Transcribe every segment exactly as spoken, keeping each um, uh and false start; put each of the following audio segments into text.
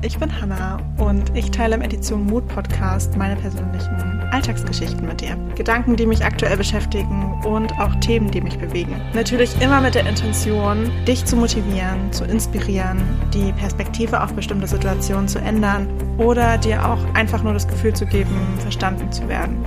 ich bin Hannah und ich teile im Edition Mut Podcast meine persönlichen Alltagsgeschichten mit dir. Gedanken, die mich aktuell beschäftigen und auch Themen, die mich bewegen. Natürlich immer mit der Intention, dich zu motivieren, zu inspirieren, die Perspektive auf bestimmte Situationen zu ändern oder dir auch einfach nur das Gefühl zu geben, verstanden zu werden.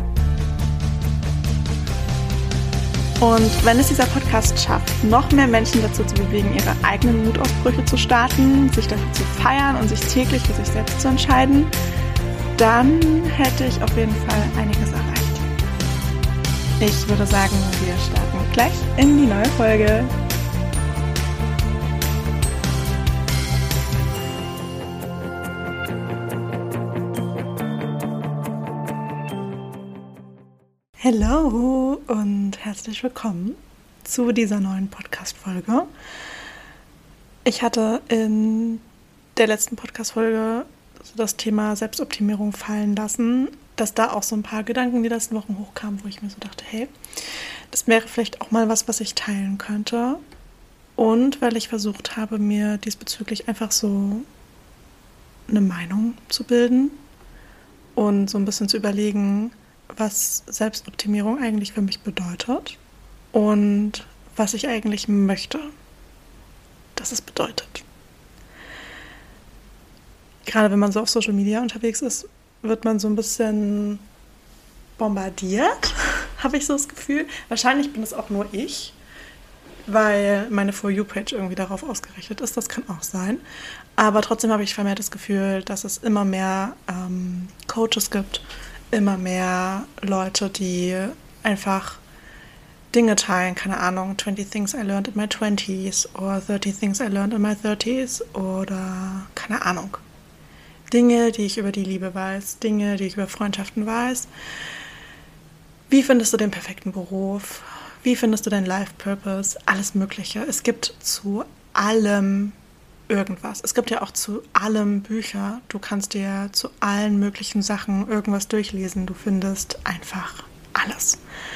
Und wenn es dieser Podcast schafft, noch mehr Menschen dazu zu bewegen, ihre eigenen Mutausbrüche zu starten, sich dafür zu feiern und sich täglich für sich selbst zu entscheiden, dann hätte ich auf jeden Fall einiges erreicht. Ich würde sagen, wir starten gleich in die neue Folge. Hallo und herzlich willkommen zu dieser neuen Podcast-Folge. Ich hatte in der letzten Podcast-Folge das Thema Selbstoptimierung fallen lassen, dass da auch so ein paar Gedanken die letzten Wochen hochkamen, wo ich mir so dachte, hey, das wäre vielleicht auch mal was, was ich teilen könnte. Und weil ich versucht habe, mir diesbezüglich einfach so eine Meinung zu bilden und so ein bisschen zu überlegen, was Selbstoptimierung eigentlich für mich bedeutet und was ich eigentlich möchte, dass es bedeutet. Gerade wenn man so auf Social Media unterwegs ist, wird man so ein bisschen bombardiert, habe ich so das Gefühl. Wahrscheinlich bin es auch nur ich, weil meine For You-Page irgendwie darauf ausgerichtet ist. Das kann auch sein. Aber trotzdem habe ich vermehrt das Gefühl, dass es immer mehr ähm, Coaches gibt, immer mehr Leute, die einfach Dinge teilen, keine Ahnung, twenty things I learned in my twenties oder thirty things I learned in my thirties oder keine Ahnung. Dinge, die ich über die Liebe weiß, Dinge, die ich über Freundschaften weiß. Wie findest du den perfekten Beruf? Wie findest du deinen Life Purpose? Alles Mögliche. Es gibt zu allem irgendwas. Es gibt ja auch zu allem Bücher. Du kannst dir zu allen möglichen Sachen irgendwas durchlesen. Du findest einfach alles.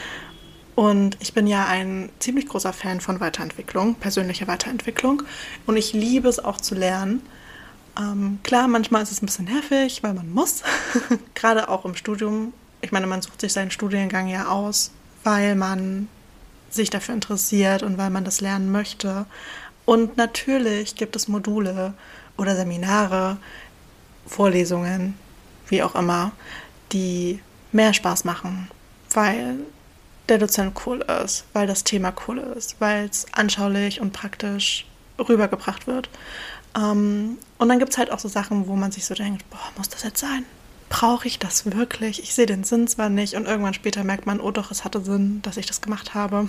Und ich bin ja ein ziemlich großer Fan von Weiterentwicklung, persönlicher Weiterentwicklung. Und ich liebe es auch zu lernen. Ähm, klar, manchmal ist es ein bisschen nervig, weil man muss. Gerade auch im Studium. Ich meine, man sucht sich seinen Studiengang ja aus, weil man sich dafür interessiert und weil man das lernen möchte. Und natürlich gibt es Module oder Seminare, Vorlesungen, wie auch immer, die mehr Spaß machen, weil der Dozent cool ist, weil das Thema cool ist, weil es anschaulich und praktisch rübergebracht wird. Und dann gibt es halt auch so Sachen, wo man sich so denkt, boah, muss das jetzt sein? Brauche ich das wirklich? Ich sehe den Sinn zwar nicht und irgendwann später merkt man, oh doch, es hatte Sinn, dass ich das gemacht habe.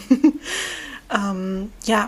ähm, ja,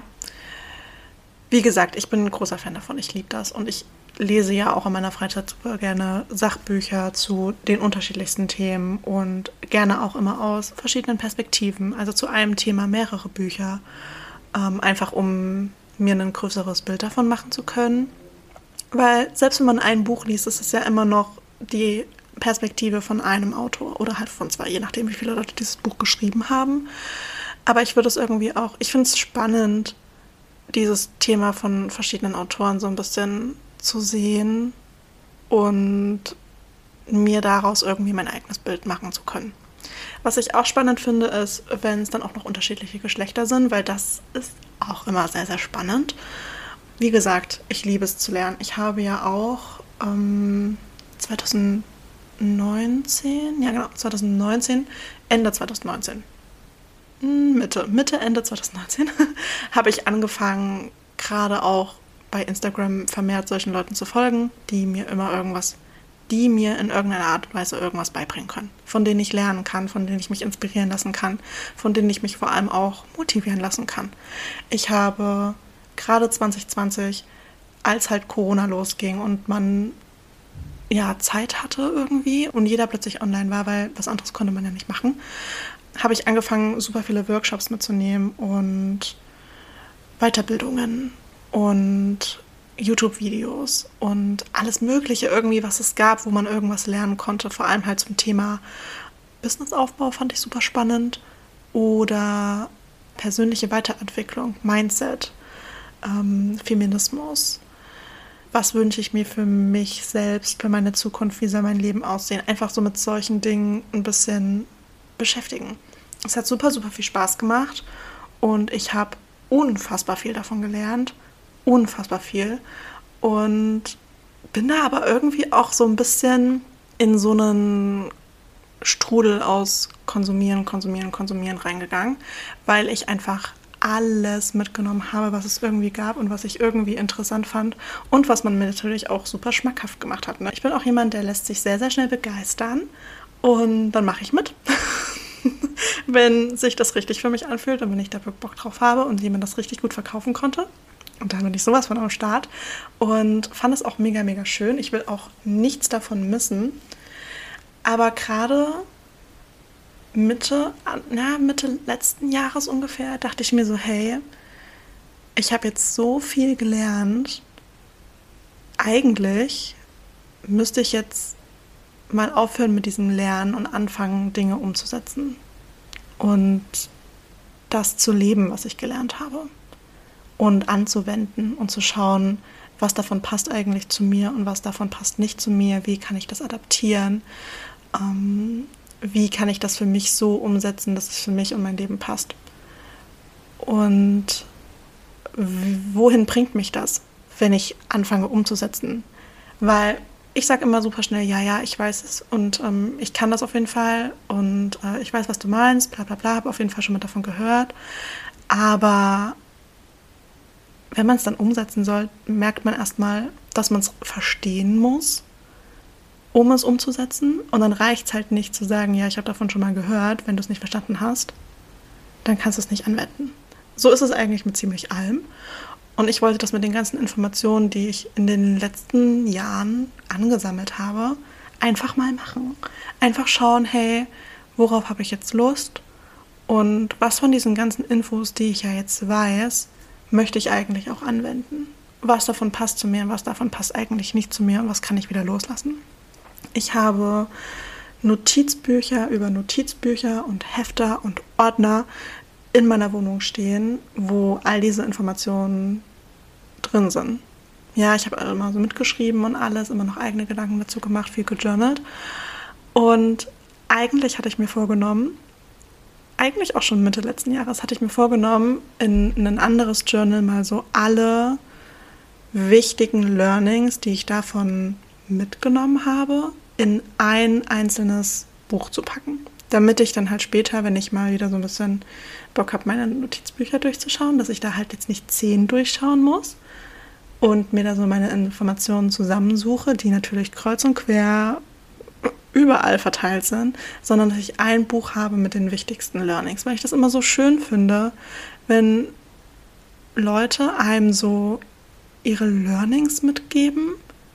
Wie gesagt, ich bin ein großer Fan davon, ich liebe das und ich lese ja auch in meiner Freizeit super gerne Sachbücher zu den unterschiedlichsten Themen und gerne auch immer aus verschiedenen Perspektiven, also zu einem Thema mehrere Bücher, ähm, einfach um mir ein größeres Bild davon machen zu können, weil selbst wenn man ein Buch liest, ist es ja immer noch die Perspektive von einem Autor oder halt von zwei, je nachdem, wie viele Leute dieses Buch geschrieben haben, aber ich würde es irgendwie auch, ich finde es spannend, dieses Thema von verschiedenen Autoren so ein bisschen zu sehen und mir daraus irgendwie mein eigenes Bild machen zu können. Was ich auch spannend finde, ist, wenn es dann auch noch unterschiedliche Geschlechter sind, weil das ist auch immer sehr, sehr spannend. Wie gesagt, ich liebe es zu lernen. Ich habe ja auch ähm, zwanzig neunzehn, ja genau, zwanzig neunzehn, Ende zwanzig neunzehn, Mitte, Mitte, Ende zwanzig neunzehn habe ich angefangen, gerade auch bei Instagram vermehrt solchen Leuten zu folgen, die mir immer irgendwas, die mir in irgendeiner Art und Weise irgendwas beibringen können, von denen ich lernen kann, von denen ich mich inspirieren lassen kann, von denen ich mich vor allem auch motivieren lassen kann. Ich habe gerade zwanzig zwanzig, als halt Corona losging und man ja Zeit hatte irgendwie und jeder plötzlich online war, weil was anderes konnte man ja nicht machen, habe ich angefangen, super viele Workshops mitzunehmen und Weiterbildungen und YouTube-Videos und alles Mögliche irgendwie, was es gab, wo man irgendwas lernen konnte. Vor allem halt zum Thema Businessaufbau fand ich super spannend oder persönliche Weiterentwicklung, Mindset, ähm, Feminismus, was wünsche ich mir für mich selbst, für meine Zukunft, wie soll mein Leben aussehen. Einfach so mit solchen Dingen ein bisschen beschäftigen. Es hat super, super viel Spaß gemacht und ich habe unfassbar viel davon gelernt. Unfassbar viel. Und bin da aber irgendwie auch so ein bisschen in so einen Strudel aus Konsumieren, Konsumieren, Konsumieren reingegangen, weil ich einfach alles mitgenommen habe, was es irgendwie gab und was ich irgendwie interessant fand und was man mir natürlich auch super schmackhaft gemacht hat. Ne? Ich bin auch jemand, der lässt sich sehr, sehr schnell begeistern und dann mache ich mit. Wenn sich das richtig für mich anfühlt und wenn ich da Bock drauf habe und jemand das richtig gut verkaufen konnte. Und da bin ich sowas von am Start und fand es auch mega, mega schön. Ich will auch nichts davon missen. Aber gerade Mitte, na, Mitte letzten Jahres ungefähr dachte ich mir so, hey, ich habe jetzt so viel gelernt. Eigentlich müsste ich jetzt mal aufhören mit diesem Lernen und anfangen, Dinge umzusetzen. Und das zu leben, was ich gelernt habe. Und anzuwenden und zu schauen, was davon passt eigentlich zu mir und was davon passt nicht zu mir. Wie kann ich das adaptieren? Ähm, wie kann ich das für mich so umsetzen, dass es für mich und mein Leben passt? Und wohin bringt mich das, wenn ich anfange umzusetzen? Weil ich sage immer super schnell, ja, ja, ich weiß es und ähm, ich kann das auf jeden Fall und äh, ich weiß, was du meinst, bla bla bla, habe auf jeden Fall schon mal davon gehört. Aber wenn man es dann umsetzen soll, merkt man erstmal, dass man es verstehen muss, um es umzusetzen. Und dann reicht es halt nicht zu sagen, ja, ich habe davon schon mal gehört. Wenn du es nicht verstanden hast, dann kannst du es nicht anwenden. So ist es eigentlich mit ziemlich allem. Und ich wollte das mit den ganzen Informationen, die ich in den letzten Jahren angesammelt habe, einfach mal machen. Einfach schauen, hey, worauf habe ich jetzt Lust? Und was von diesen ganzen Infos, die ich ja jetzt weiß, möchte ich eigentlich auch anwenden? Was davon passt zu mir und was davon passt eigentlich nicht zu mir und was kann ich wieder loslassen? Ich habe Notizbücher über Notizbücher und Hefter und Ordner in meiner Wohnung stehen, wo all diese Informationen drin sind. Ja, ich habe immer so mitgeschrieben und alles, immer noch eigene Gedanken dazu gemacht, viel gejournalt. Und eigentlich hatte ich mir vorgenommen, eigentlich auch schon Mitte letzten Jahres, hatte ich mir vorgenommen, in, in ein anderes Journal mal so alle wichtigen Learnings, die ich davon mitgenommen habe, in ein einzelnes Buch zu packen. Damit ich dann halt später, wenn ich mal wieder so ein bisschen Bock habe, meine Notizbücher durchzuschauen, dass ich da halt jetzt nicht zehn durchschauen muss und mir da so meine Informationen zusammensuche, die natürlich kreuz und quer überall verteilt sind, sondern dass ich ein Buch habe mit den wichtigsten Learnings, weil ich das immer so schön finde, wenn Leute einem so ihre Learnings mitgeben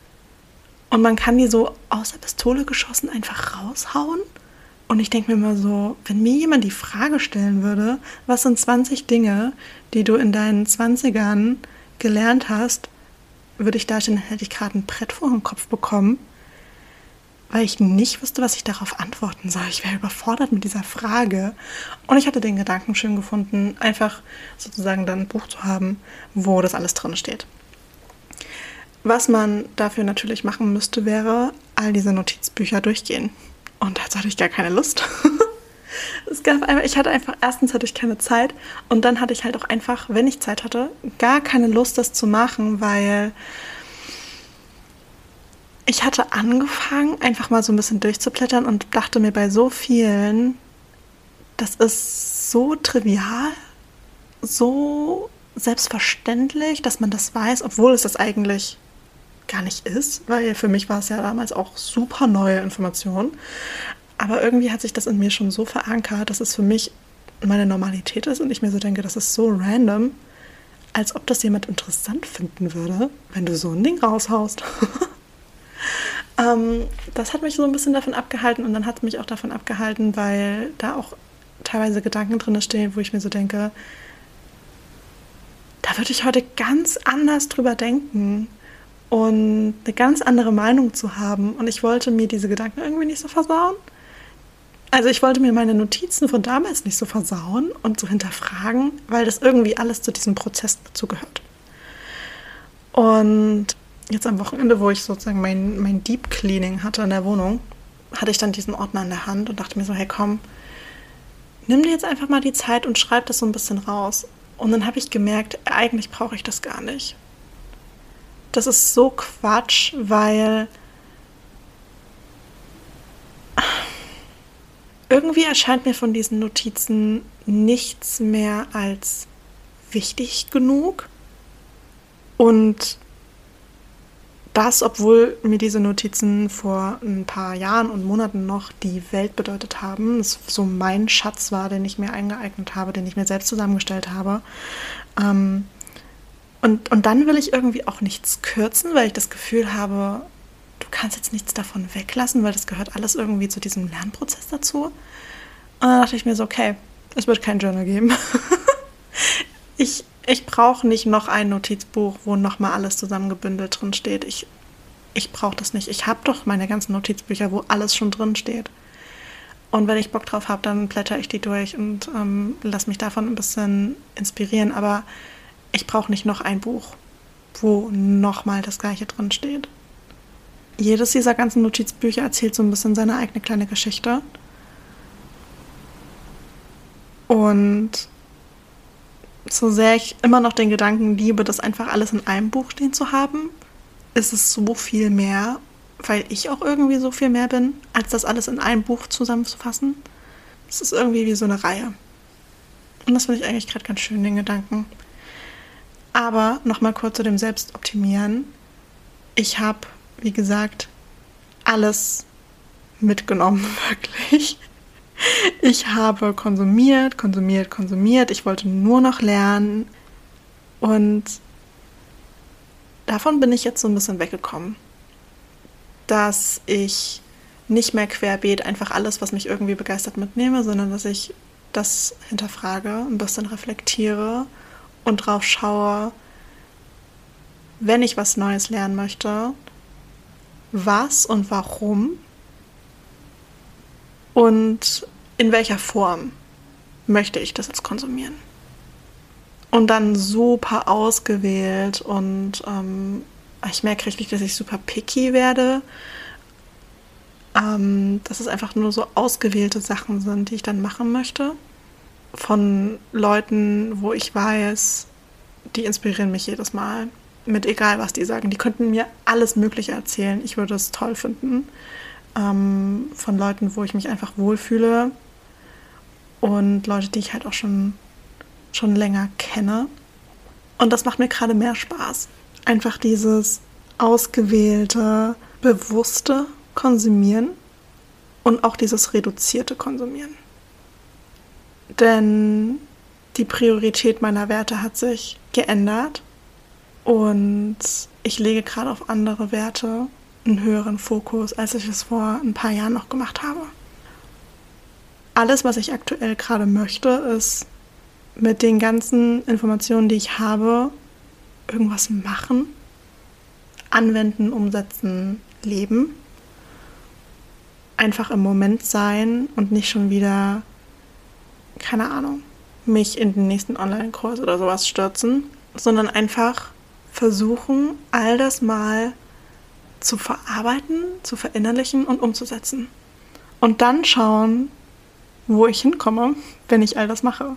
und man kann die so aus der Pistole geschossen einfach raushauen. Und ich denke mir immer so, wenn mir jemand die Frage stellen würde, was sind zwanzig Dinge, die du in deinen zwanzigern gelernt hast, würde ich da stehen, hätte ich gerade ein Brett vor den Kopf bekommen, weil ich nicht wusste, was ich darauf antworten soll. Ich wäre überfordert mit dieser Frage. Und ich hatte den Gedanken schön gefunden, einfach sozusagen dann ein Buch zu haben, wo das alles drin steht. Was man dafür natürlich machen müsste, wäre all diese Notizbücher durchgehen. Und dazu hatte ich gar keine Lust. Es gab einfach, ich hatte einfach, erstens hatte ich keine Zeit und dann hatte ich halt auch einfach, wenn ich Zeit hatte, gar keine Lust, das zu machen, weil ich hatte angefangen, einfach mal so ein bisschen durchzublättern und dachte mir bei so vielen, das ist so trivial, so selbstverständlich, dass man das weiß, obwohl es das eigentlich gar nicht ist, weil für mich war es ja damals auch super neue Information. Aber irgendwie hat sich das in mir schon so verankert, dass es für mich meine Normalität ist und ich mir so denke, das ist so random, als ob das jemand interessant finden würde, wenn du so ein Ding raushaust. ähm, das hat mich so ein bisschen davon abgehalten und dann hat es mich auch davon abgehalten, weil da auch teilweise Gedanken drin stehen, wo ich mir so denke, da würde ich heute ganz anders drüber denken und eine ganz andere Meinung zu haben. Und ich wollte mir diese Gedanken irgendwie nicht so versauen. Also ich wollte mir meine Notizen von damals nicht so versauen und so hinterfragen, weil das irgendwie alles zu diesem Prozess dazugehört. Und jetzt am Wochenende, wo ich sozusagen mein, mein Deep Cleaning hatte in der Wohnung, hatte ich dann diesen Ordner in der Hand und dachte mir so, hey komm, nimm dir jetzt einfach mal die Zeit und schreib das so ein bisschen raus. Und dann habe ich gemerkt, eigentlich brauche ich das gar nicht. Das ist so Quatsch, weil irgendwie erscheint mir von diesen Notizen nichts mehr als wichtig genug. Und das, obwohl mir diese Notizen vor ein paar Jahren und Monaten noch die Welt bedeutet haben. Es so mein Schatz war, den ich mir eingeeignet habe, den ich mir selbst zusammengestellt habe. Ähm, und, und dann will ich irgendwie auch nichts kürzen, weil ich das Gefühl habe, du kannst jetzt nichts davon weglassen, weil das gehört alles irgendwie zu diesem Lernprozess dazu. Und dann dachte ich mir so, okay, es wird kein Journal geben. ich Ich brauche nicht noch ein Notizbuch, wo nochmal alles zusammengebündelt drin steht. Ich, ich brauche das nicht. Ich habe doch meine ganzen Notizbücher, wo alles schon drin steht. Und wenn ich Bock drauf habe, dann blätter ich die durch und ähm, lasse mich davon ein bisschen inspirieren. Aber ich brauche nicht noch ein Buch, wo nochmal das Gleiche drin steht. Jedes dieser ganzen Notizbücher erzählt so ein bisschen seine eigene kleine Geschichte. Und so sehr ich immer noch den Gedanken liebe, das einfach alles in einem Buch stehen zu haben, ist es so viel mehr, weil ich auch irgendwie so viel mehr bin, als das alles in einem Buch zusammenzufassen. Es ist irgendwie wie so eine Reihe. Und das finde ich eigentlich gerade ganz schön, den Gedanken. Aber nochmal kurz zu dem Selbstoptimieren. Ich habe, wie gesagt, alles mitgenommen, wirklich. Ich habe konsumiert, konsumiert, konsumiert. Ich wollte nur noch lernen. Und davon bin ich jetzt so ein bisschen weggekommen. Dass ich nicht mehr querbeet einfach alles, was mich irgendwie begeistert, mitnehme, sondern dass ich das hinterfrage, ein bisschen reflektiere und drauf schaue, wenn ich was Neues lernen möchte, was und warum und in welcher Form möchte ich das jetzt konsumieren. Und dann super ausgewählt und ähm, ich merke richtig, dass ich super picky werde, ähm, dass es einfach nur so ausgewählte Sachen sind, die ich dann machen möchte. Von Leuten, wo ich weiß, die inspirieren mich jedes Mal. Mit egal, was die sagen. Die könnten mir alles Mögliche erzählen. Ich würde es toll finden. Ähm, von Leuten, wo ich mich einfach wohlfühle. Und Leute, die ich halt auch schon, schon länger kenne. Und das macht mir gerade mehr Spaß. Einfach dieses ausgewählte, bewusste Konsumieren und auch dieses reduzierte Konsumieren. Denn die Priorität meiner Werte hat sich geändert und ich lege gerade auf andere Werte einen höheren Fokus, als ich es vor ein paar Jahren noch gemacht habe. Alles, was ich aktuell gerade möchte, ist mit den ganzen Informationen, die ich habe, irgendwas machen, anwenden, umsetzen, leben. Einfach im Moment sein und nicht schon wieder, keine Ahnung, mich in den nächsten Online-Kurs oder sowas stürzen, sondern einfach versuchen, all das mal zu verarbeiten, zu verinnerlichen und umzusetzen. Und dann schauen, wo ich hinkomme, wenn ich all das mache.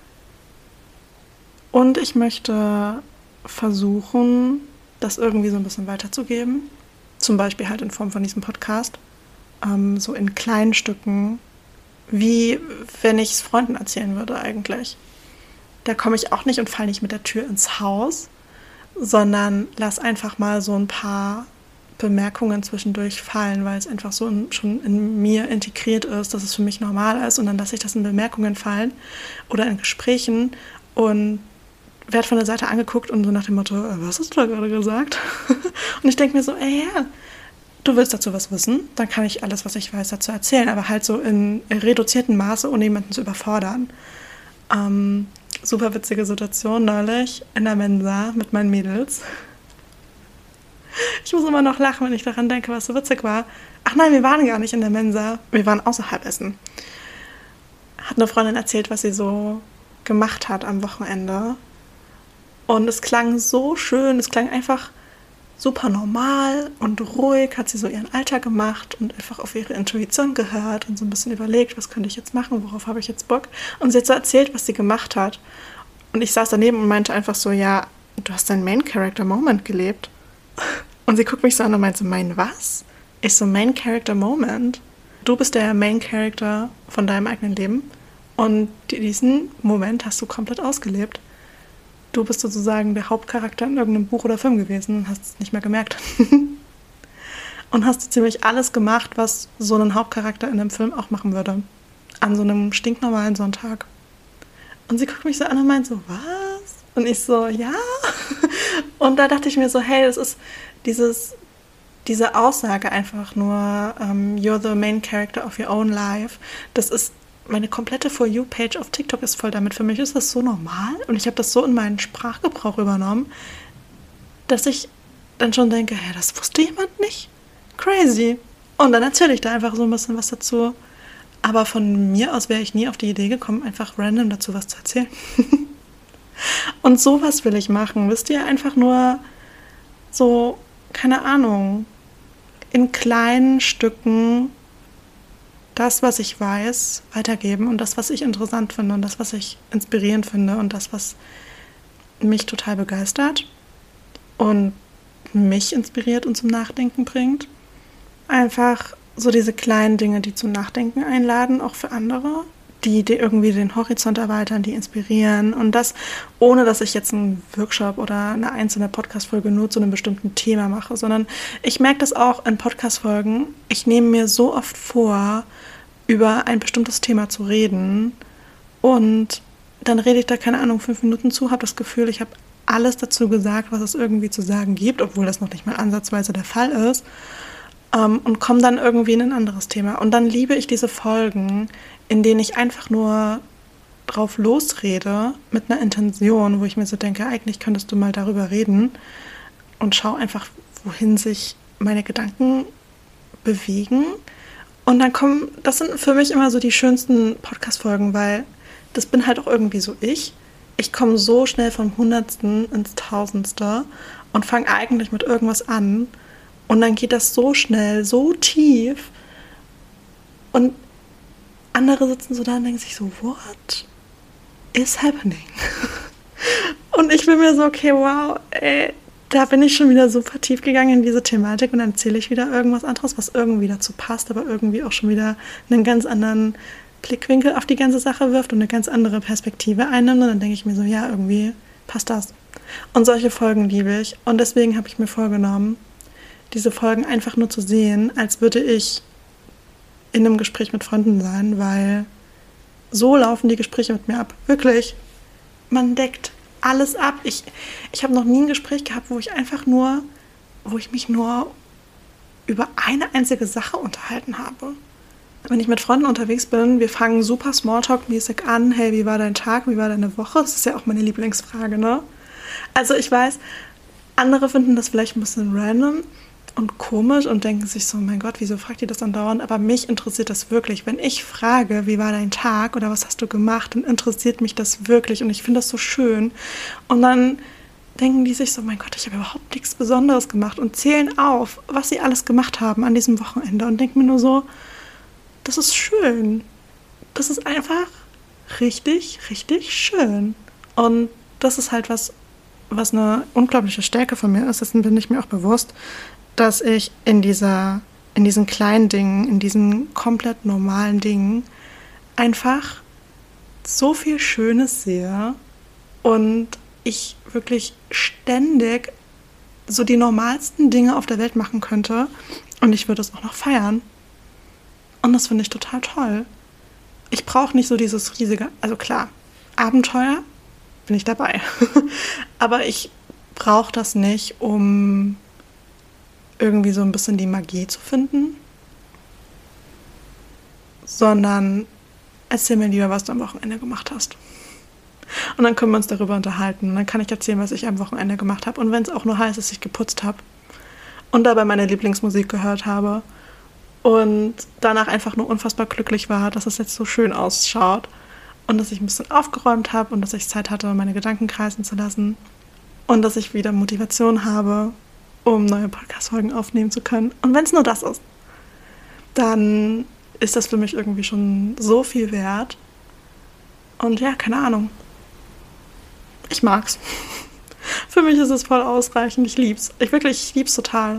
Und ich möchte versuchen, das irgendwie so ein bisschen weiterzugeben. Zum Beispiel halt in Form von diesem Podcast. Ähm, so in kleinen Stücken, wie wenn ich es Freunden erzählen würde eigentlich. Da komme ich auch nicht und falle nicht mit der Tür ins Haus, sondern lass einfach mal so ein paar Bemerkungen zwischendurch fallen, weil es einfach so in, schon in mir integriert ist, dass es für mich normal ist. Und dann lasse ich das in Bemerkungen fallen oder in Gesprächen und werde von der Seite angeguckt und so nach dem Motto, was hast du da gerade gesagt? Und ich denke mir so, ey, ja, du willst dazu was wissen, dann kann ich alles, was ich weiß, dazu erzählen, aber halt so in reduziertem Maße, ohne jemanden zu überfordern. Ähm, super witzige Situation neulich in der Mensa mit meinen Mädels. Ich muss immer noch lachen, wenn ich daran denke, was so witzig war. Ach nein, wir waren gar nicht in der Mensa, wir waren außerhalb essen. Hat eine Freundin erzählt, was sie so gemacht hat am Wochenende. Und es klang so schön, es klang einfach super normal und ruhig hat sie so ihren Alltag gemacht und einfach auf ihre Intuition gehört und so ein bisschen überlegt, was könnte ich jetzt machen, worauf habe ich jetzt Bock. Und sie hat so erzählt, was sie gemacht hat. Und ich saß daneben und meinte einfach so, ja, du hast deinen Main-Character-Moment gelebt. Und sie guckt mich so an und meinte so, mein was? Ich so, Main-Character-Moment. Du bist der Main-Character von deinem eigenen Leben und diesen Moment hast du komplett ausgelebt. Du bist sozusagen der Hauptcharakter in irgendeinem Buch oder Film gewesen und hast es nicht mehr gemerkt. Und hast ziemlich alles gemacht, was so ein Hauptcharakter in einem Film auch machen würde. An so einem stinknormalen Sonntag. Und sie guckt mich so an und meint so, was? Und ich so, ja. Und da dachte ich mir so, hey, das ist dieses, diese Aussage einfach nur, um, you're the main character of your own life. Das ist meine komplette For You-Page auf TikTok ist voll damit. Für mich ist das so normal und ich habe das so in meinen Sprachgebrauch übernommen, dass ich dann schon denke, hä, das wusste jemand nicht? Crazy. Und dann erzähle ich da einfach so ein bisschen was dazu. Aber von mir aus wäre ich nie auf die Idee gekommen, einfach random dazu was zu erzählen. Und sowas will ich machen. Wisst ihr, einfach nur so, keine Ahnung, in kleinen Stücken das, was ich weiß, weitergeben und das, was ich interessant finde und das, was ich inspirierend finde und das, was mich total begeistert und mich inspiriert und zum Nachdenken bringt. Einfach so diese kleinen Dinge, die zum Nachdenken einladen, auch für andere, die, die irgendwie den Horizont erweitern, die inspirieren und das, ohne dass ich jetzt einen Workshop oder eine einzelne Podcast-Folge nur zu einem bestimmten Thema mache, sondern ich merke das auch in Podcast-Folgen, ich nehme mir so oft vor, über ein bestimmtes Thema zu reden und dann rede ich da, keine Ahnung, fünf Minuten zu, habe das Gefühl, ich habe alles dazu gesagt, was es irgendwie zu sagen gibt, obwohl das noch nicht mal ansatzweise der Fall ist, ähm, und komme dann irgendwie in ein anderes Thema. Und dann liebe ich diese Folgen, in denen ich einfach nur drauf losrede mit einer Intention, wo ich mir so denke, eigentlich könntest du mal darüber reden und schau einfach, wohin sich meine Gedanken bewegen. Und dann kommen, das sind für mich immer so die schönsten Podcast-Folgen, weil das bin halt auch irgendwie so ich. Ich komme so schnell vom Hundertsten ins Tausendste und fange eigentlich mit irgendwas an. Und dann geht das so schnell, so tief. Und andere sitzen so da und denken sich so, what is happening? Und ich bin mir so, okay, wow, ey, da bin ich schon wieder super tief gegangen in diese Thematik und dann erzähle ich wieder irgendwas anderes, was irgendwie dazu passt, aber irgendwie auch schon wieder einen ganz anderen Blickwinkel auf die ganze Sache wirft und eine ganz andere Perspektive einnimmt. Und dann denke ich mir so, ja, irgendwie passt das. Und solche Folgen liebe ich. Und deswegen habe ich mir vorgenommen, diese Folgen einfach nur zu sehen, als würde ich in einem Gespräch mit Freunden sein, weil so laufen die Gespräche mit mir ab. Wirklich. Man deckt alles ab. Ich, ich habe noch nie ein Gespräch gehabt, wo ich einfach nur, wo ich mich nur über eine einzige Sache unterhalten habe. Wenn ich mit Freunden unterwegs bin, wir fangen super Smalltalk-mäßig an. Hey, wie war dein Tag? Wie war deine Woche? Das ist ja auch meine Lieblingsfrage, ne? Also ich weiß, andere finden das vielleicht ein bisschen random und komisch und denken sich so, mein Gott, wieso fragt ihr das andauernd? Aber mich interessiert das wirklich. Wenn ich frage, wie war dein Tag oder was hast du gemacht, dann interessiert mich das wirklich und ich finde das so schön. Und dann denken die sich so, mein Gott, ich habe überhaupt nichts Besonderes gemacht und zählen auf, was sie alles gemacht haben an diesem Wochenende und denken mir nur so, das ist schön. Das ist einfach richtig, richtig schön. Und das ist halt was, was eine unglaubliche Stärke von mir ist. Dessen bin ich mir auch bewusst, dass ich in dieser, in diesen kleinen Dingen, in diesen komplett normalen Dingen einfach so viel Schönes sehe und ich wirklich ständig so die normalsten Dinge auf der Welt machen könnte und ich würde es auch noch feiern. Und das finde ich total toll. Ich brauche nicht so dieses riesige, also klar, Abenteuer bin ich dabei. Aber ich brauche das nicht, um irgendwie so ein bisschen die Magie zu finden, sondern erzähl mir lieber, was du am Wochenende gemacht hast. Und dann können wir uns darüber unterhalten. Dann kann ich erzählen, was ich am Wochenende gemacht habe. Und wenn es auch nur heißt, dass ich geputzt habe und dabei meine Lieblingsmusik gehört habe und danach einfach nur unfassbar glücklich war, dass es jetzt so schön ausschaut und dass ich ein bisschen aufgeräumt habe und dass ich Zeit hatte, meine Gedanken kreisen zu lassen und dass ich wieder Motivation habe um neue Podcast-Folgen aufnehmen zu können. Und wenn es nur das ist, dann ist das für mich irgendwie schon so viel wert. Und ja, keine Ahnung. Ich mag's. Für mich ist es voll ausreichend. Ich lieb's. Ich wirklich, ich lieb's total.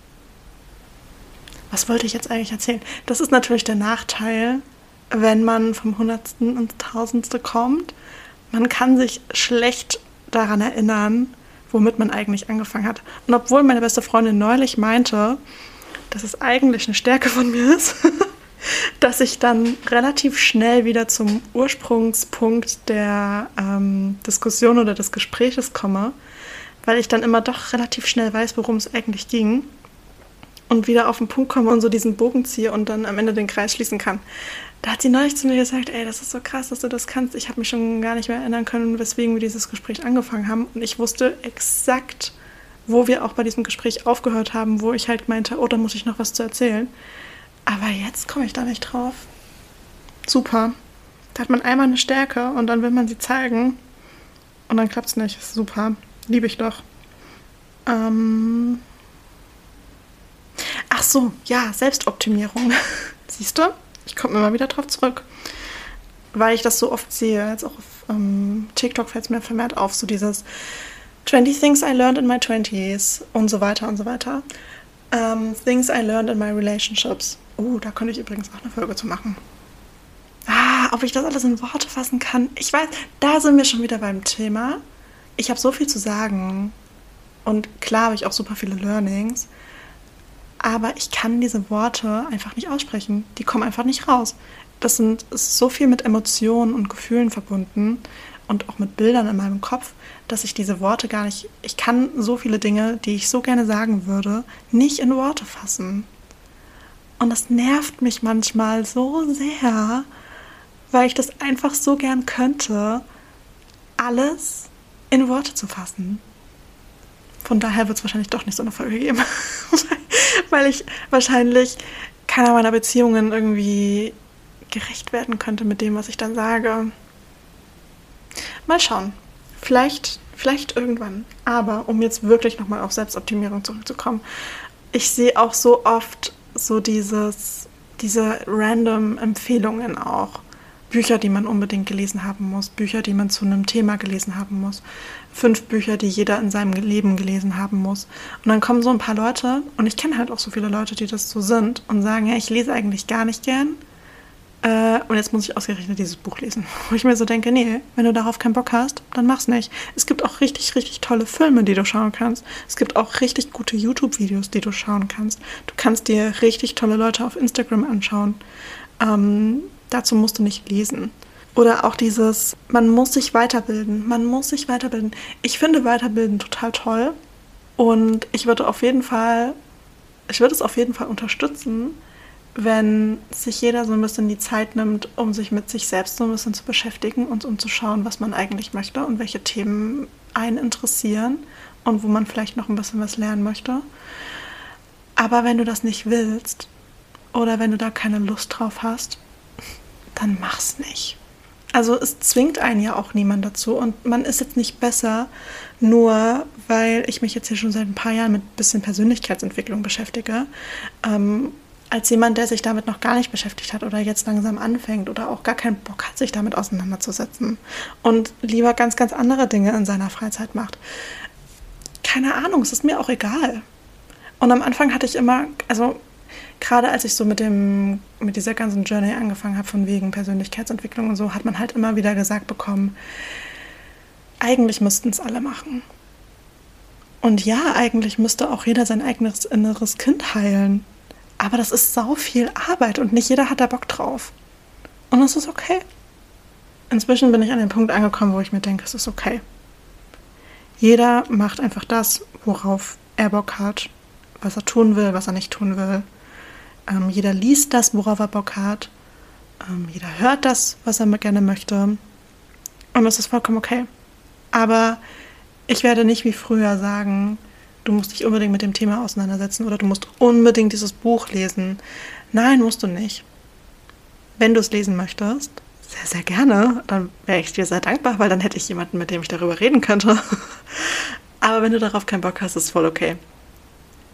Was wollte ich jetzt eigentlich erzählen? Das ist natürlich der Nachteil, wenn man vom Hundertsten ins Tausendste kommt. Man kann sich schlecht daran erinnern, womit man eigentlich angefangen hat. Und obwohl meine beste Freundin neulich meinte, dass es eigentlich eine Stärke von mir ist, dass ich dann relativ schnell wieder zum Ursprungspunkt der ähm, Diskussion oder des Gespräches komme, weil ich dann immer doch relativ schnell weiß, worum es eigentlich ging und wieder auf den Punkt komme und so diesen Bogen ziehe und dann am Ende den Kreis schließen kann. Da hat sie neulich zu mir gesagt, ey, das ist so krass, dass du das kannst. Ich habe mich schon gar nicht mehr erinnern können, weswegen wir dieses Gespräch angefangen haben. Und ich wusste exakt, wo wir auch bei diesem Gespräch aufgehört haben, wo ich halt meinte, oh, da muss ich noch was zu erzählen. Aber jetzt komme ich da nicht drauf. Super. Da hat man einmal eine Stärke und dann will man sie zeigen. Und dann klappt es nicht. Super. Liebe ich doch. Ähm Ach so, ja, Selbstoptimierung. Siehst du? Ich komme immer wieder drauf zurück, weil ich das so oft sehe. Jetzt auch auf ähm, TikTok fällt es mir vermehrt auf, so dieses twenty things I learned in my twenties und so weiter und so weiter. Um, things I learned in my relationships. Oh, da könnte ich übrigens auch eine Folge zu machen. Ah, ob ich das alles in Worte fassen kann. Ich weiß, da sind wir schon wieder beim Thema. Ich habe so viel zu sagen und klar habe ich auch super viele Learnings. Aber ich kann diese Worte einfach nicht aussprechen. Die kommen einfach nicht raus. Das sind, ist so viel mit Emotionen und Gefühlen verbunden und auch mit Bildern in meinem Kopf, dass ich diese Worte gar nicht... Ich kann so viele Dinge, die ich so gerne sagen würde, nicht in Worte fassen. Und das nervt mich manchmal so sehr, weil ich das einfach so gern könnte, alles in Worte zu fassen. Von daher wird es wahrscheinlich doch nicht so eine Folge geben. Weil ich wahrscheinlich keiner meiner Beziehungen irgendwie gerecht werden könnte mit dem, was ich dann sage. Mal schauen. Vielleicht, vielleicht irgendwann. Aber um jetzt wirklich nochmal auf Selbstoptimierung zurückzukommen, ich sehe auch so oft so dieses, diese random Empfehlungen auch. Bücher, die man unbedingt gelesen haben muss, Bücher, die man zu einem Thema gelesen haben muss, fünf Bücher, die jeder in seinem Leben gelesen haben muss. Und dann kommen so ein paar Leute, und ich kenne halt auch so viele Leute, die das so sind, und sagen, ja, ich lese eigentlich gar nicht gern, äh, und jetzt muss ich ausgerechnet dieses Buch lesen. Wo ich mir so denke, nee, wenn du darauf keinen Bock hast, dann mach's nicht. Es gibt auch richtig, richtig tolle Filme, die du schauen kannst. Es gibt auch richtig gute YouTube-Videos, die du schauen kannst. Du kannst dir richtig tolle Leute auf Instagram anschauen. Ähm, Dazu musst du nicht lesen. Oder auch dieses, man muss sich weiterbilden. Man muss sich weiterbilden. Ich finde Weiterbilden total toll. Und ich würde auf jeden Fall, ich würde es auf jeden Fall unterstützen, wenn sich jeder so ein bisschen die Zeit nimmt, um sich mit sich selbst so ein bisschen zu beschäftigen und um zu schauen, was man eigentlich möchte und welche Themen einen interessieren und wo man vielleicht noch ein bisschen was lernen möchte. Aber wenn du das nicht willst oder wenn du da keine Lust drauf hast, dann mach's nicht. Also es zwingt einen ja auch niemand dazu und man ist jetzt nicht besser, nur weil ich mich jetzt hier schon seit ein paar Jahren mit ein bisschen Persönlichkeitsentwicklung beschäftige, ähm, als jemand, der sich damit noch gar nicht beschäftigt hat oder jetzt langsam anfängt oder auch gar keinen Bock hat, sich damit auseinanderzusetzen und lieber ganz, ganz andere Dinge in seiner Freizeit macht. Keine Ahnung, es ist mir auch egal. Und am Anfang hatte ich immer, also gerade als ich so mit dem, mit dieser ganzen Journey angefangen habe, von wegen Persönlichkeitsentwicklung und so, hat man halt immer wieder gesagt bekommen, eigentlich müssten es alle machen. Und ja, eigentlich müsste auch jeder sein eigenes inneres Kind heilen. Aber das ist sau viel Arbeit und nicht jeder hat da Bock drauf. Und das ist okay. Inzwischen bin ich an den Punkt angekommen, wo ich mir denke, es ist okay. Jeder macht einfach das, worauf er Bock hat, was er tun will, was er nicht tun will. Ähm, jeder liest das, worauf er Bock hat. Ähm, jeder hört das, was er gerne möchte. Und das ist vollkommen okay. Aber ich werde nicht wie früher sagen, du musst dich unbedingt mit dem Thema auseinandersetzen oder du musst unbedingt dieses Buch lesen. Nein, musst du nicht. Wenn du es lesen möchtest, sehr, sehr gerne, dann wäre ich dir sehr dankbar, weil dann hätte ich jemanden, mit dem ich darüber reden könnte. Aber wenn du darauf keinen Bock hast, ist es voll okay.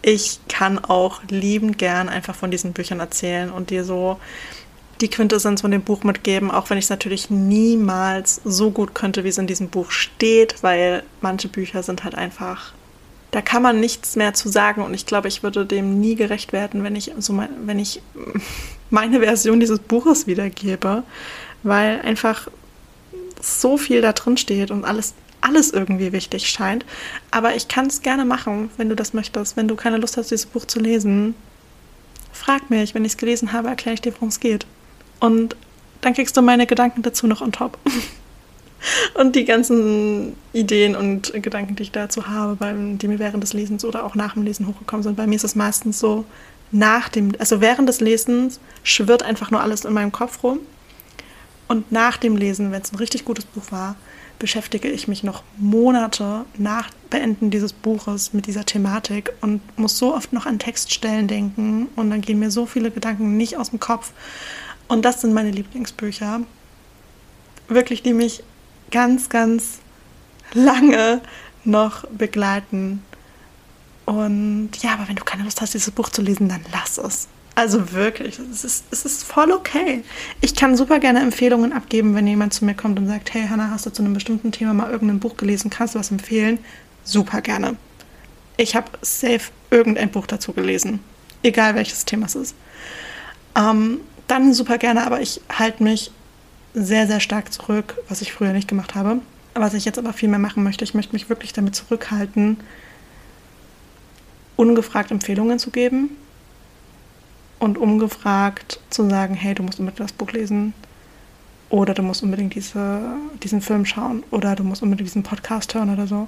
ich kann auch liebend gern einfach von diesen Büchern erzählen und dir so die Quintessenz von dem Buch mitgeben, auch wenn ich es natürlich niemals so gut könnte, wie es in diesem Buch steht, weil manche Bücher sind halt einfach, da kann man nichts mehr zu sagen und ich glaube, ich würde dem nie gerecht werden, wenn ich so mein, wenn ich meine Version dieses Buches wiedergebe, weil einfach so viel da drin steht und alles, alles irgendwie wichtig scheint. Aber ich kann es gerne machen, wenn du das möchtest. Wenn du keine Lust hast, dieses Buch zu lesen, frag mich. Wenn ich es gelesen habe, erkläre ich dir, worum es geht. Und dann kriegst du meine Gedanken dazu noch on top. Und die ganzen Ideen und Gedanken, die ich dazu habe, beim, die mir während des Lesens oder auch nach dem Lesen hochgekommen sind. Bei mir ist es meistens so, nach dem, also während des Lesens schwirrt einfach nur alles in meinem Kopf rum. Und nach dem Lesen, wenn es ein richtig gutes Buch war, beschäftige ich mich noch Monate nach Beenden dieses Buches mit dieser Thematik und muss so oft noch an Textstellen denken und dann gehen mir so viele Gedanken nicht aus dem Kopf. Und das sind meine Lieblingsbücher. Wirklich, die mich ganz, ganz lange noch begleiten. Und ja, aber wenn du keine Lust hast, dieses Buch zu lesen, dann lass es. Also wirklich, es ist, es ist voll okay. Ich kann super gerne Empfehlungen abgeben, wenn jemand zu mir kommt und sagt, hey Hannah, hast du zu einem bestimmten Thema mal irgendein Buch gelesen, kannst du was empfehlen? Super gerne. Ich habe safe irgendein Buch dazu gelesen, egal welches Thema es ist. Ähm, dann super gerne, aber ich halte mich sehr, sehr stark zurück, was ich früher nicht gemacht habe. Was ich jetzt aber viel mehr machen möchte, ich möchte mich wirklich damit zurückhalten, ungefragt Empfehlungen zu geben. Und ungefragt zu sagen, hey, du musst unbedingt das Buch lesen oder du musst unbedingt diese, diesen Film schauen oder du musst unbedingt diesen Podcast hören oder so.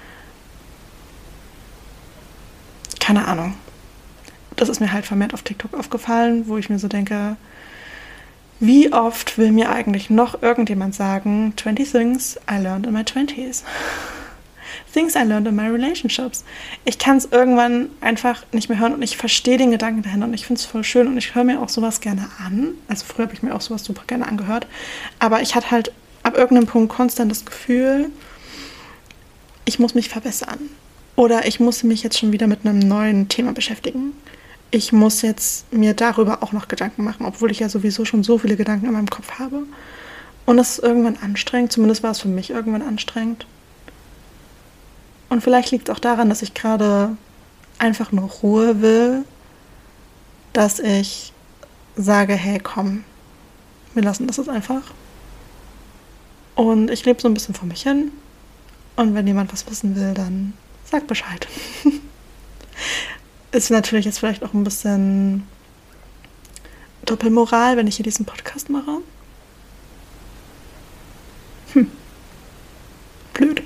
Keine Ahnung. Das ist mir halt vermehrt auf TikTok aufgefallen, wo ich mir so denke, wie oft will mir eigentlich noch irgendjemand sagen, twenty things I learned in my twenties. Things I learned in my relationships. Ich kann es irgendwann einfach nicht mehr hören und ich verstehe den Gedanken dahinter und ich finde es voll schön und ich höre mir auch sowas gerne an. Also früher habe ich mir auch sowas super gerne angehört. Aber ich hatte halt ab irgendeinem Punkt konstant das Gefühl, ich muss mich verbessern. Oder ich muss mich jetzt schon wieder mit einem neuen Thema beschäftigen. Ich muss jetzt mir darüber auch noch Gedanken machen, obwohl ich ja sowieso schon so viele Gedanken in meinem Kopf habe. Und das ist irgendwann anstrengend. Zumindest war es für mich irgendwann anstrengend. Und vielleicht liegt es auch daran, dass ich gerade einfach nur Ruhe will, dass ich sage, hey, komm, wir lassen das jetzt einfach. Und ich lebe so ein bisschen vor mich hin. Und wenn jemand was wissen will, dann sag Bescheid. Ist natürlich jetzt vielleicht auch ein bisschen Doppelmoral, wenn ich hier diesen Podcast mache. Hm. Blöd.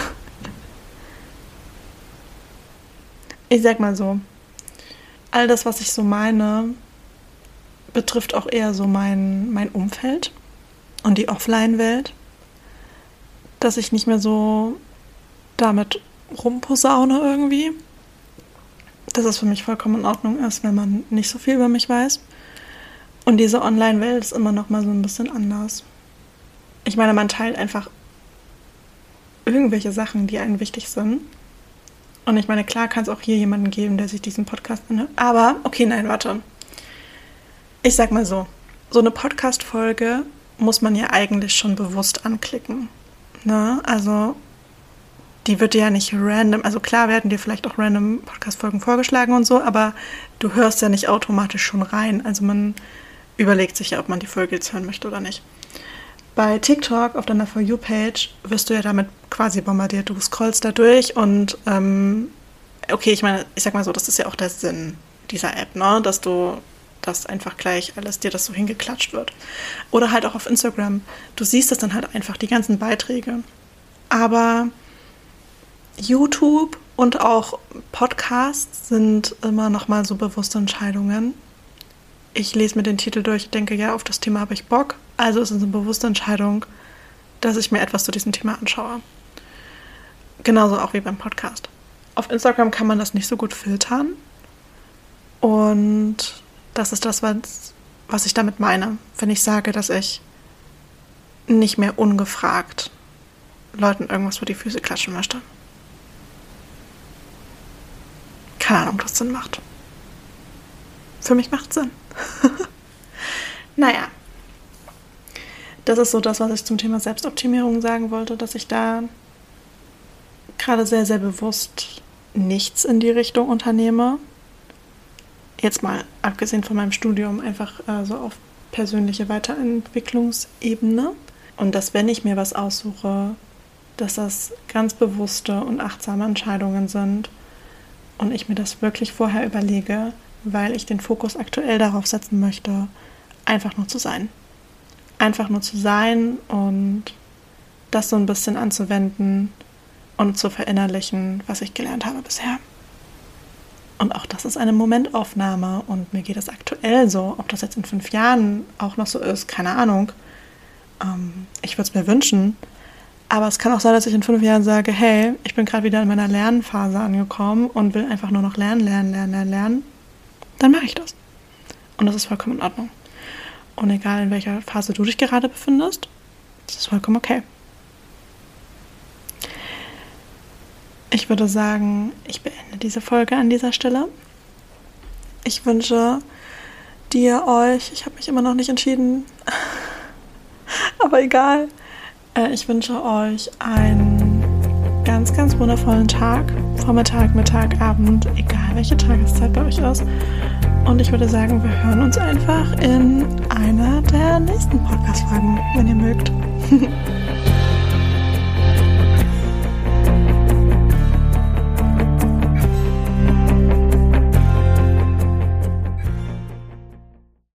Ich sag mal so, all das, was ich so meine, betrifft auch eher so mein, mein Umfeld und die Offline-Welt, dass ich nicht mehr so damit rumposaune irgendwie. Dass es für mich vollkommen in Ordnung ist, wenn man nicht so viel über mich weiß. Und diese Online-Welt ist immer noch mal so ein bisschen anders. Ich meine, man teilt einfach irgendwelche Sachen, die einem wichtig sind. Und ich meine, klar kann es auch hier jemanden geben, der sich diesen Podcast anhört. Aber, okay, nein, warte. Ich sag mal so, so eine Podcast-Folge muss man ja eigentlich schon bewusst anklicken. Ne? Also, die wird dir ja nicht random, also klar werden dir vielleicht auch random Podcast-Folgen vorgeschlagen und so, aber du hörst ja nicht automatisch schon rein. Also man überlegt sich ja, ob man die Folge jetzt hören möchte oder nicht. Bei TikTok auf deiner For You-Page wirst du ja damit quasi bombardiert. Du scrollst da durch und ähm, okay, ich meine, ich sag mal so, das ist ja auch der Sinn dieser App, ne? Dass du das einfach gleich alles dir das so hingeklatscht wird. Oder halt auch auf Instagram. Du siehst das dann halt einfach, die ganzen Beiträge. Aber YouTube und auch Podcasts sind immer noch mal so bewusste Entscheidungen. Ich lese mir den Titel durch, denke, ja, auf das Thema habe ich Bock. Also ist es eine bewusste Entscheidung, dass ich mir etwas zu diesem Thema anschaue. Genauso auch wie beim Podcast. Auf Instagram kann man das nicht so gut filtern. Und das ist das, was, was ich damit meine, wenn ich sage, dass ich nicht mehr ungefragt Leuten irgendwas vor die Füße klatschen möchte. Keine Ahnung, ob das Sinn macht. Für mich macht es Sinn. Naja. Das ist so das, was ich zum Thema Selbstoptimierung sagen wollte, dass ich da gerade sehr, sehr bewusst nichts in die Richtung unternehme. Jetzt mal abgesehen von meinem Studium, einfach äh, so auf persönliche Weiterentwicklungsebene. Und dass, wenn ich mir was aussuche, dass das ganz bewusste und achtsame Entscheidungen sind und ich mir das wirklich vorher überlege, weil ich den Fokus aktuell darauf setzen möchte, einfach nur zu sein. Einfach nur zu sein und das so ein bisschen anzuwenden und zu verinnerlichen, was ich gelernt habe bisher. Und auch das ist eine Momentaufnahme und mir geht es aktuell so. Ob das jetzt in fünf Jahren auch noch so ist, keine Ahnung. Ähm, ich würde es mir wünschen. Aber es kann auch sein, dass ich in fünf Jahren sage, hey, ich bin gerade wieder in meiner Lernphase angekommen und will einfach nur noch lernen, lernen, lernen, lernen, lernen. Dann mache ich das. Und das ist vollkommen in Ordnung. Und egal, in welcher Phase du dich gerade befindest, das ist vollkommen okay. Ich würde sagen, ich beende diese Folge an dieser Stelle. Ich wünsche dir, euch, ich habe mich immer noch nicht entschieden, aber egal. Ich wünsche euch einen ganz, ganz wundervollen Tag, Vormittag, Mittag, Abend, egal welche Tageszeit bei euch ist. Und ich würde sagen, wir hören uns einfach in einer der nächsten Podcast-Folgen, wenn ihr mögt.